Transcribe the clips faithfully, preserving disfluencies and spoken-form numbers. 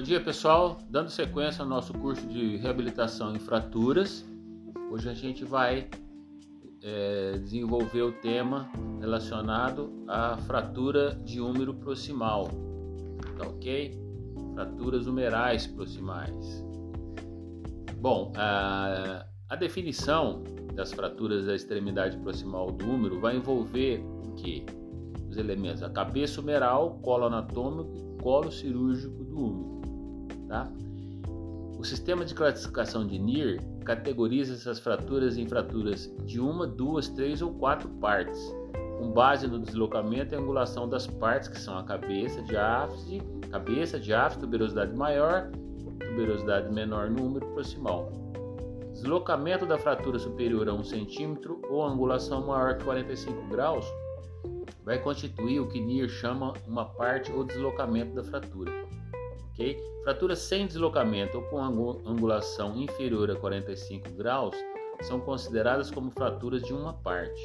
dia, pessoal, dando sequência ao nosso curso de reabilitação em fraturas. Hoje a gente vai é, desenvolver o tema relacionado à fratura de húmero proximal, tá ok? Fraturas humerais proximais. Bom, a, a definição das fraturas da extremidade proximal do húmero vai envolver o quê? Os elementos: a cabeça humeral, colo anatômico e colo cirúrgico do húmero. Tá? O sistema de classificação de Neer categoriza essas fraturas em fraturas de uma, duas, três ou quatro partes, com base no deslocamento e angulação das partes, que são a cabeça, diáfise, cabeça, diáfise, tuberosidade maior, tuberosidade menor no húmero proximal. Deslocamento da fratura superior a um centímetro ou angulação maior que quarenta e cinco graus vai constituir o que Neer chama uma parte ou deslocamento da fratura. Okay? Fraturas sem deslocamento ou com angulação inferior a quarenta e cinco graus são consideradas como fraturas de uma parte.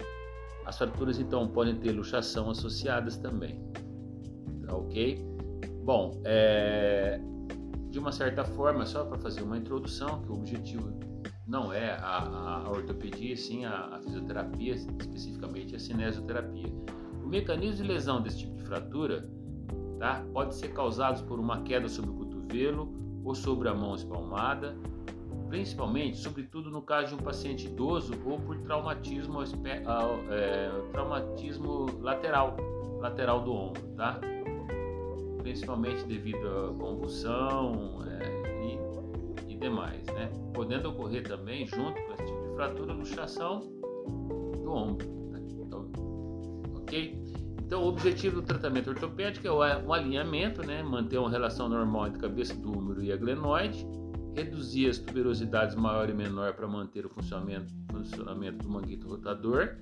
As fraturas então podem ter luxação associadas também. Tá, ok? Bom, é... de uma certa forma, só para fazer uma introdução, que o objetivo não é a, a ortopedia, sim a, a fisioterapia, especificamente a cinesioterapia. O mecanismo de lesão desse tipo de fratura, tá, pode ser causado por uma queda sobre o cotovelo ou sobre a mão espalmada, principalmente, sobretudo no caso de um paciente idoso ou por traumatismo, ao, é, traumatismo lateral, lateral do ombro, tá? Principalmente devido à convulsão é, e, e demais, né? Podendo ocorrer também, junto com esse tipo de fratura, luxação do ombro. Tá? Então, ok? Então, o objetivo do tratamento ortopédico é o alinhamento, né? Manter uma relação normal entre a cabeça do húmero e a glenoide, reduzir as tuberosidades maior e menor para manter o funcionamento, funcionamento do manguito rotador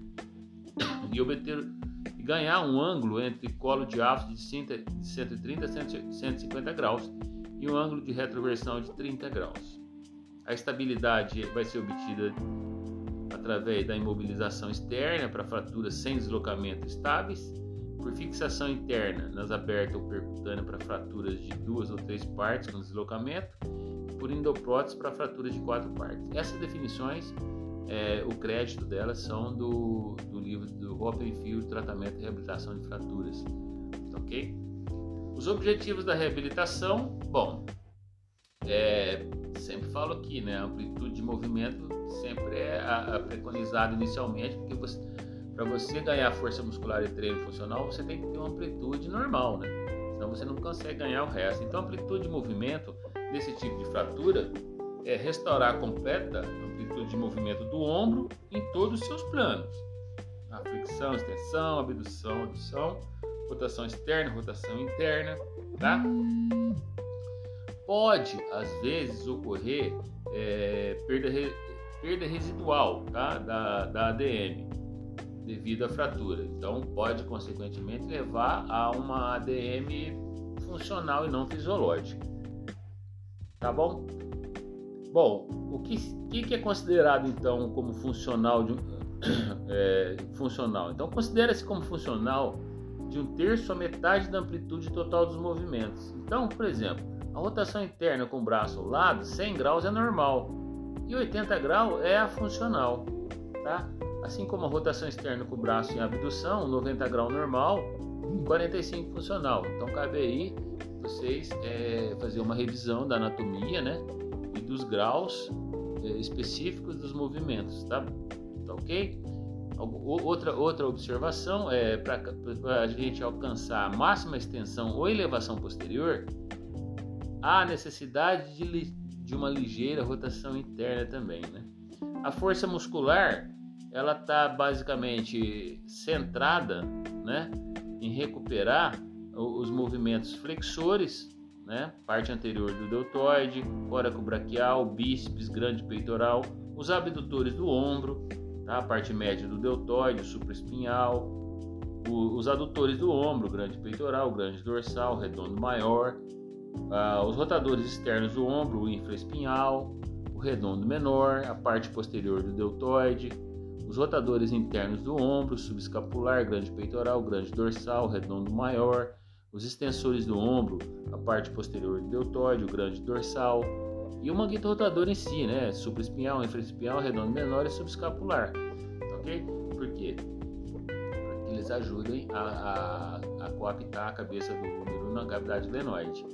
e obter e ganhar um ângulo entre colo diáfise de cento e trinta a cento e cinquenta graus e um ângulo de retroversão de trinta graus. A estabilidade vai ser obtida através da imobilização externa para fraturas sem deslocamento estáveis, por fixação interna nas abertas ou percutânea para fraturas de duas ou três partes com deslocamento, e por endoprótese para fraturas de quatro partes. Essas definições, é, o crédito delas são do, do livro do Hoppenfield, Tratamento e Reabilitação de Fraturas. Ok? Os objetivos da reabilitação, bom, é, sempre falo aqui, né? A amplitude de movimento sempre é a, a preconizada inicialmente, porque você para você ganhar força muscular e treino funcional, você tem que ter uma amplitude normal, né? Senão você não consegue ganhar o resto. Então, a amplitude de movimento desse tipo de fratura é restaurar a completa amplitude de movimento do ombro em todos os seus planos. A flexão, extensão, abdução, adução, rotação externa, rotação interna, tá? Pode, às vezes, ocorrer é, perda, perda residual, tá? da, da A D M. Devido à fratura, então pode consequentemente levar a uma A D M funcional e não fisiológica, tá bom? Bom, o que, que é considerado então como funcional de, é, funcional? Então considera-se como funcional de um terço a metade da amplitude total dos movimentos. Então, por exemplo, a rotação interna com o braço ao lado, cem graus é normal e oitenta graus é a funcional, tá? Assim como a rotação externa com o braço em abdução, noventa graus normal e quarenta e cinco funcional. Então cabe aí vocês é, fazer uma revisão da anatomia, né, e dos graus é, específicos dos movimentos, tá? Tá ok? Outra, outra observação é para a gente alcançar a máxima extensão ou elevação posterior, há necessidade de, de uma ligeira rotação interna também, né? A força muscular ela está basicamente centrada, né, em recuperar os movimentos flexores, né, parte anterior do deltoide, coracobraquial, bíceps, grande peitoral, os abdutores do ombro, tá, a parte média do deltoide, supraespinhal, o, os adutores do ombro, grande peitoral, grande dorsal, redondo maior, ah, os rotadores externos do ombro, o infraespinhal, o redondo menor, a parte posterior do deltoide, os rotadores internos do ombro, subescapular, grande peitoral, grande dorsal, redondo maior, os extensores do ombro, a parte posterior do deltoide, o grande dorsal e o manguito rotador em si, né? Supraespinhal, infraespinhal, redondo menor e subescapular, ok? Por quê? Para que eles ajudem a, a, a coaptar a cabeça do úmero na cavidade glenoide,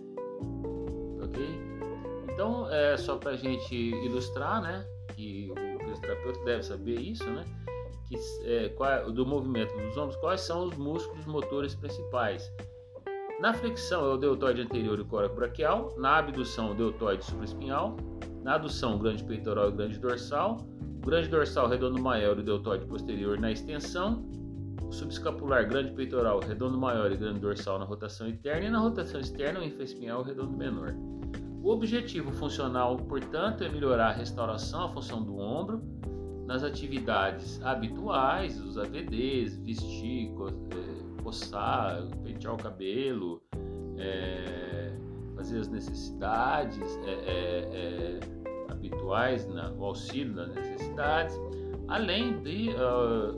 ok? Então, é só para a gente ilustrar, né? Que o fisioterapeuta deve saber isso, né? Que, é, qual, do movimento dos ombros, quais são os músculos motores principais. Na flexão é o deltoide anterior e o coracobraquial, na abdução o deltoide supraespinhal, na adução o grande peitoral e o grande dorsal, o grande dorsal redondo maior e o deltoide posterior na extensão, o subescapular grande peitoral, redondo maior e grande dorsal na rotação interna e na rotação externa o infraespinhal e o redondo menor. O objetivo funcional, portanto, é melhorar a restauração, a função do ombro nas atividades habituais, os A V Ds, vestir, é, coçar, pentear o cabelo, é, fazer as necessidades é, é, é, habituais, na, o auxílio das necessidades, além de uh,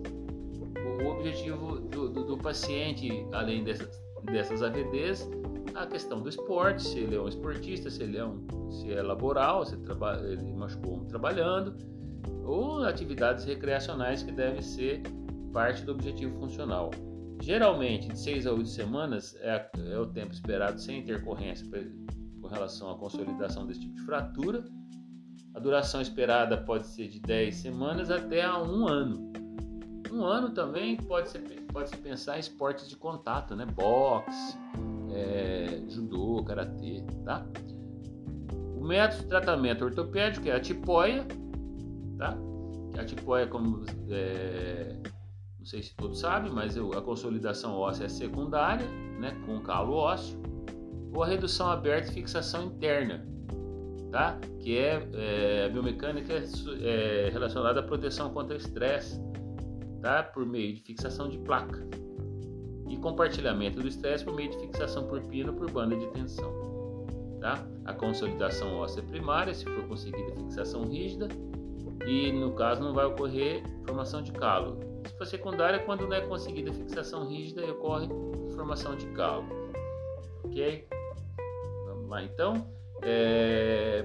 o objetivo do, do, do paciente, além dessas, dessas A V Ds, a questão do esporte, se ele é um esportista, se ele é, um, se é laboral, se traba, ele machucou trabalhando, ou atividades recreacionais que devem ser parte do objetivo funcional. Geralmente, de seis a oito semanas é, é o tempo esperado sem intercorrência pra, com relação à consolidação desse tipo de fratura. A duração esperada pode ser de dez semanas até a um ano. Um ano também pode ser pode se pensar em esportes de contato, né? Boxe, é, judô, karatê, tá? O método de tratamento ortopédico é a tipóia, tá? A tipóia, como é, não sei se todos sabem, mas a consolidação óssea é secundária, né? Com calo ósseo, ou a redução aberta e fixação interna, tá? Que é, é a biomecânica é relacionada à proteção contra estresse, tá? Por meio de fixação de placa e compartilhamento do estresse por meio de fixação por pino por banda de tensão, tá? A consolidação óssea primária, se for conseguida fixação rígida, e no caso não vai ocorrer formação de calo. Se for secundária, quando não é conseguida fixação rígida, ocorre formação de calo, ok? Vamos lá então. É...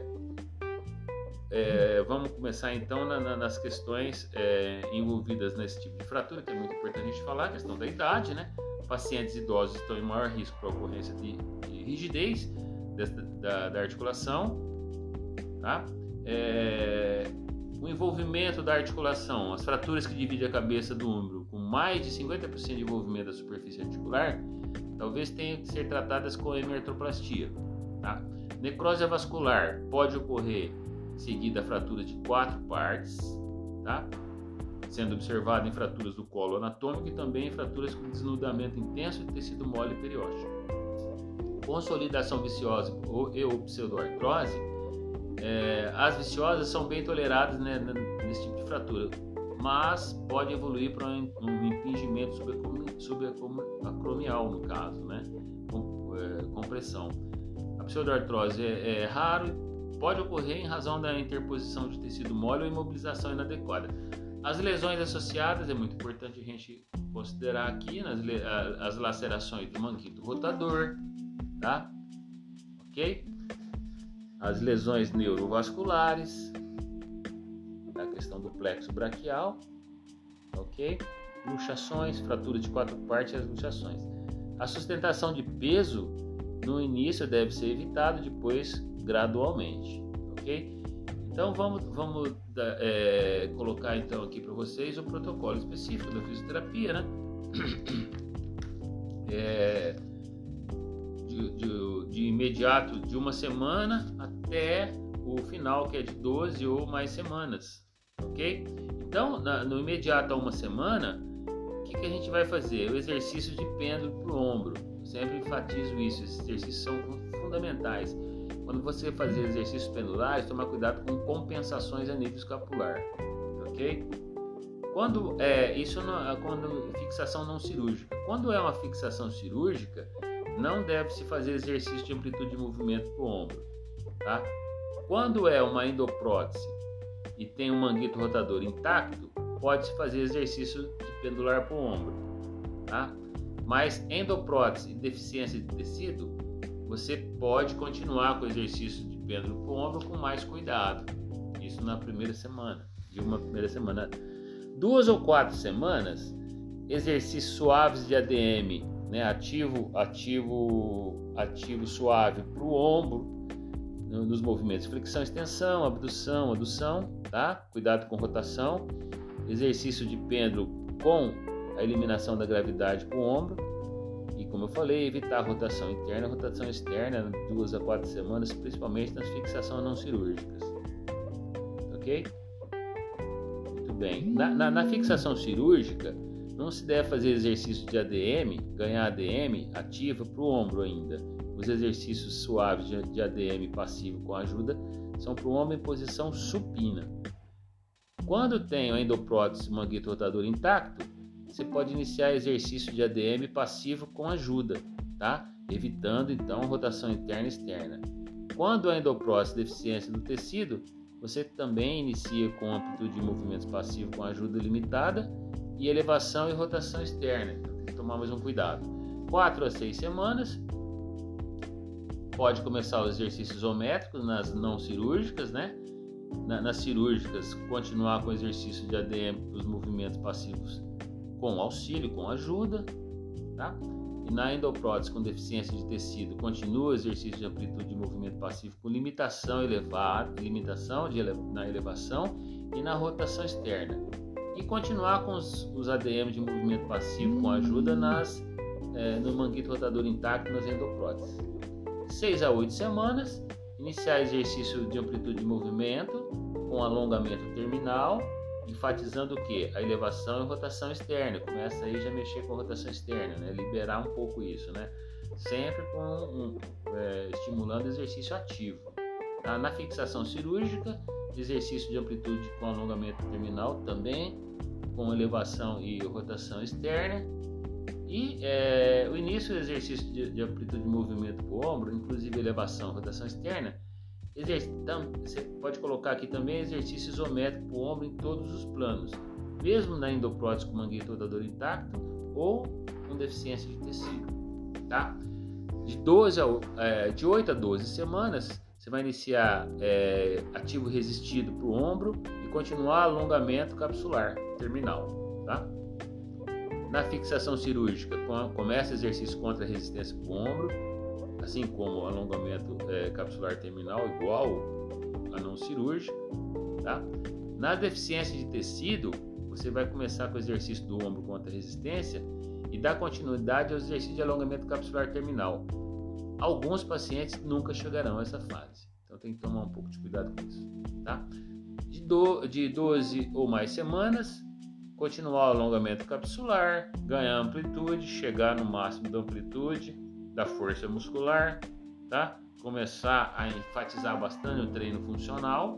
É, vamos começar então na, na, nas questões é, envolvidas nesse tipo de fratura, que é muito importante a gente falar, a questão da idade, né? Pacientes idosos estão em maior risco para a ocorrência de, de rigidez desta, da, da articulação, tá? É, o envolvimento da articulação, as fraturas que dividem a cabeça do ombro com mais de cinquenta por cento de envolvimento da superfície articular, talvez tenham que ser tratadas com hemertroplastia, tá? Necrose vascular pode ocorrer seguida a fratura de quatro partes, tá? Sendo observado em fraturas do colo anatômico e também em fraturas com desnudamento intenso de tecido mole periósteo. Consolidação viciosa ou, e ou pseudoartrose, é, as viciosas são bem toleradas, né, nesse tipo de fratura, mas pode evoluir para um, um impingimento subacromial, no caso, né, com, é, compressão. A pseudoartrose é, é raro, pode ocorrer em razão da interposição de tecido mole ou imobilização inadequada. As lesões associadas é muito importante a gente considerar aqui, nas, as lacerações do manguito rotador, tá? Ok? As lesões neurovasculares, a questão do plexo braquial, ok? Luxações, fratura de quatro partes e as luxações. A sustentação de peso no início deve ser evitado, depois gradualmente, ok? Então vamos, vamos é, colocar então aqui para vocês o protocolo específico da fisioterapia, né? É, de, de, de imediato de uma semana até o final, que é de doze ou mais semanas, ok? Então na, no imediato a uma semana, o que, que a gente vai fazer? O exercício de pêndulo para o ombro. Eu sempre enfatizo isso, esses exercícios são fundamentais. Quando você fazer exercícios pendulares, tomar cuidado com compensações a nível escapular, ok? Quando é isso, não, quando fixação não cirúrgica. Quando é uma fixação cirúrgica, não deve se fazer exercício de amplitude de movimento para o ombro, tá? Quando é uma endoprótese e tem um manguito rotador intacto, pode se fazer exercício de pendular para o ombro, tá? Mas endoprótese e deficiência de tecido, você pode continuar com o exercício de pêndulo para o ombro com mais cuidado. Isso na primeira semana, de uma primeira semana. Duas ou quatro semanas, exercícios suaves de A D M, né? ativo, ativo, ativo suave para o ombro, nos movimentos flexão, extensão, abdução, adução, tá? Cuidado com rotação. Exercício de pêndulo com a eliminação da gravidade para o ombro. E como eu falei, evitar a rotação interna, a rotação externa, duas a quatro semanas, principalmente nas fixações não cirúrgicas. Ok? Muito bem. Na, na, na fixação cirúrgica, não se deve fazer exercício de A D M, ganhar A D M ativa para o ombro ainda. Os exercícios suaves de A D M passivo com ajuda são para o ombro em posição supina. Quando tem a endoprótese manguito rotador intacto, você pode iniciar exercício de A D M passivo com ajuda, tá? Evitando então a rotação interna e externa. Quando a endoprótese deficiência do tecido, você também inicia com amplitude de movimentos passivos com ajuda limitada e elevação e rotação externa. Então, tem que tomar mais um cuidado. quatro a seis semanas. Pode começar os exercícios isométricos nas não cirúrgicas, né? Na, nas cirúrgicas, continuar com o exercício de A D M para os movimentos passivos com auxílio, com ajuda, tá? E na endoprótese com deficiência de tecido, continua o exercício de amplitude de movimento passivo com limitação elevada, limitação de ele, na elevação e na rotação externa. E continuar com os, os A D M de movimento passivo com ajuda nas, é, no manguito rotador intacto nas endopróteses. seis a oito semanas, iniciar exercício de amplitude de movimento com alongamento terminal, enfatizando o que? A elevação e rotação externa. Começa aí já a mexer com a rotação externa, né? Liberar um pouco isso, né? Sempre com um, é, estimulando exercício ativo. Tá? Na fixação cirúrgica, exercício de amplitude com alongamento terminal também, com elevação e rotação externa. E é, o início do exercício de, de amplitude de movimento para o ombro, inclusive elevação e rotação externa, exerc... você pode colocar aqui também exercício isométrico para o ombro em todos os planos, mesmo na endoprótese com manguito rotador intacto ou com deficiência de tecido. Tá? De, doze a, é, de oito a doze semanas, você vai iniciar é, ativo resistido para o ombro e continuar alongamento capsular terminal. Tá? Na fixação cirúrgica, começa exercício contra a resistência para o ombro, assim como o alongamento é, capsular terminal, igual a não cirúrgica. Tá? Na deficiência de tecido, você vai começar com o exercício do ombro contra a resistência e dar continuidade ao exercício de alongamento capsular terminal. Alguns pacientes nunca chegarão a essa fase, então tem que tomar um pouco de cuidado com isso. Tá? De, do, de doze ou mais semanas, continuar o alongamento capsular, ganhar amplitude, chegar no máximo da amplitude, da força muscular, tá? Começar a enfatizar bastante o treino funcional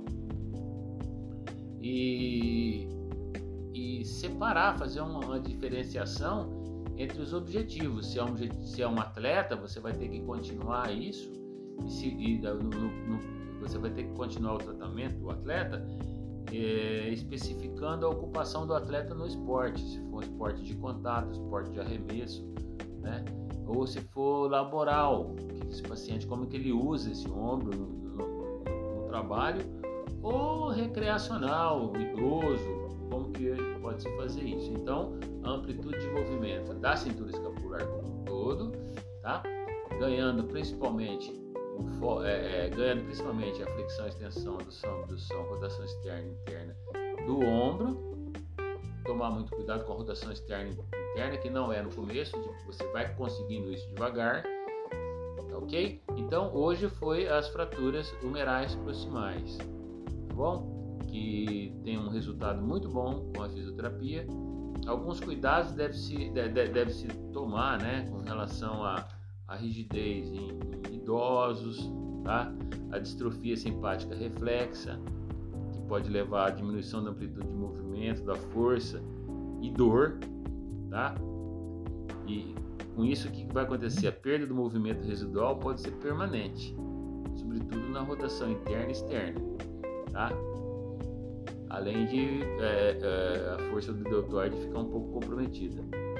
e, e separar, fazer uma, uma diferenciação entre os objetivos. Se é, um, se é um atleta, você vai ter que continuar isso e, se, e no, no, você vai ter que continuar o tratamento do atleta, É, especificando a ocupação do atleta no esporte, se for esporte de contato, esporte de arremesso, né? Ou se for laboral, que esse paciente, como que ele usa esse ombro no, no, no trabalho, ou recreacional, idoso, como que pode se fazer isso. Então, a amplitude de movimento da cintura escapular como um todo, tá? Ganhando principalmente É, é, ganhando principalmente a flexão, extensão, adução, abdução, rotação externa e interna do ombro. Tomar muito cuidado com a rotação externa e interna, que não é no começo, você vai conseguindo isso devagar, ok? Então hoje foi as fraturas humerais proximais, tá bom? Que tem um resultado muito bom com a fisioterapia. Alguns cuidados deve-se deve, deve -se tomar, né, com relação a a rigidez em, em idosos, tá? A distrofia simpática reflexa, que pode levar à diminuição da amplitude de movimento, da força e dor, tá? E com isso, o que vai acontecer? A perda do movimento residual pode ser permanente, sobretudo na rotação interna e externa, tá? Além de é, é, a força do deltoide ficar um pouco comprometida.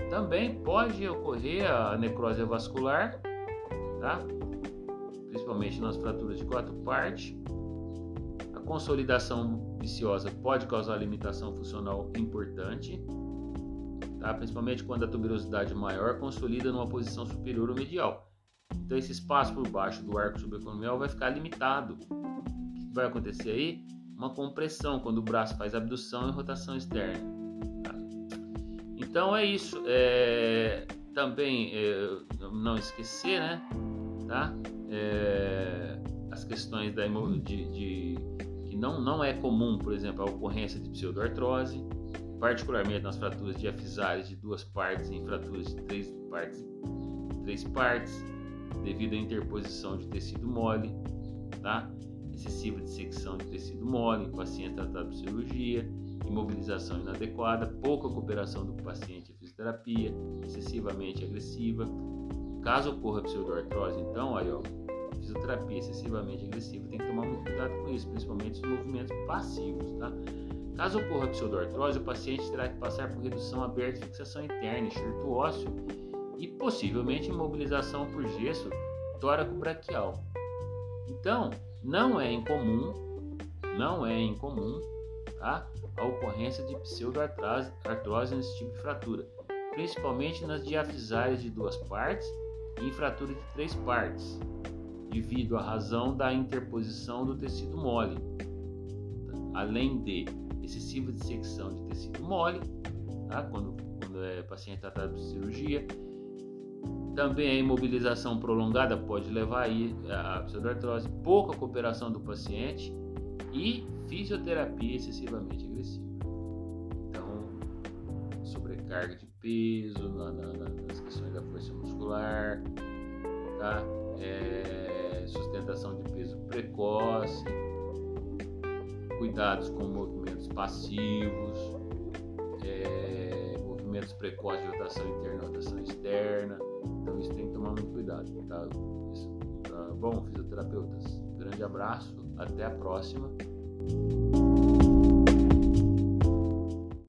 Também pode ocorrer a necrose vascular, tá? Principalmente nas fraturas de quatro partes. A consolidação viciosa pode causar limitação funcional importante, tá? Principalmente quando a tuberosidade maior consolida numa posição superior ou medial. Então esse espaço por baixo do arco subeconomial vai ficar limitado. O que vai acontecer aí? Uma compressão quando o braço faz abdução e rotação externa. Tá? Então é isso. É... Também é... não esquecer, né? Tá? É... As questões da imo... de, de... que não, não é comum, por exemplo, a ocorrência de pseudoartrose, particularmente nas fraturas diafisárias de duas partes e em fraturas de três partes, três partes, devido à interposição de tecido mole, tá? Excessiva dissecção de tecido mole em paciente tratado por cirurgia, imobilização inadequada, pouca cooperação do paciente à fisioterapia, excessivamente agressiva. Caso ocorra pseudoartrose, então, aí, ó, fisioterapia excessivamente agressiva, tem que tomar muito cuidado com isso, principalmente os movimentos passivos, tá? Caso ocorra pseudoartrose, o paciente terá que passar por redução aberta e fixação interna, enxerto ósseo e possivelmente imobilização por gesso tóraco-braquial. Então, não é incomum, não é incomum, tá? A ocorrência de pseudoartrose artrose nesse tipo de fratura, principalmente nas diafisárias de duas partes e em fratura de três partes, devido à razão da interposição do tecido mole, além de excessiva dissecção de tecido mole, tá? quando, quando é paciente tratado por cirurgia. Também a imobilização prolongada pode levar aí a pseudoartrose, pouca cooperação do paciente e fisioterapia excessivamente agressiva. Então, sobrecarga de peso na, na, nas questões da força muscular, tá? É, sustentação de peso precoce, cuidados com movimentos passivos, é, movimentos precoces de rotação interna e rotação externa. Então isso tem que tomar muito cuidado, tá? Isso, tá bom, fisioterapeutas? Grande abraço, até a próxima.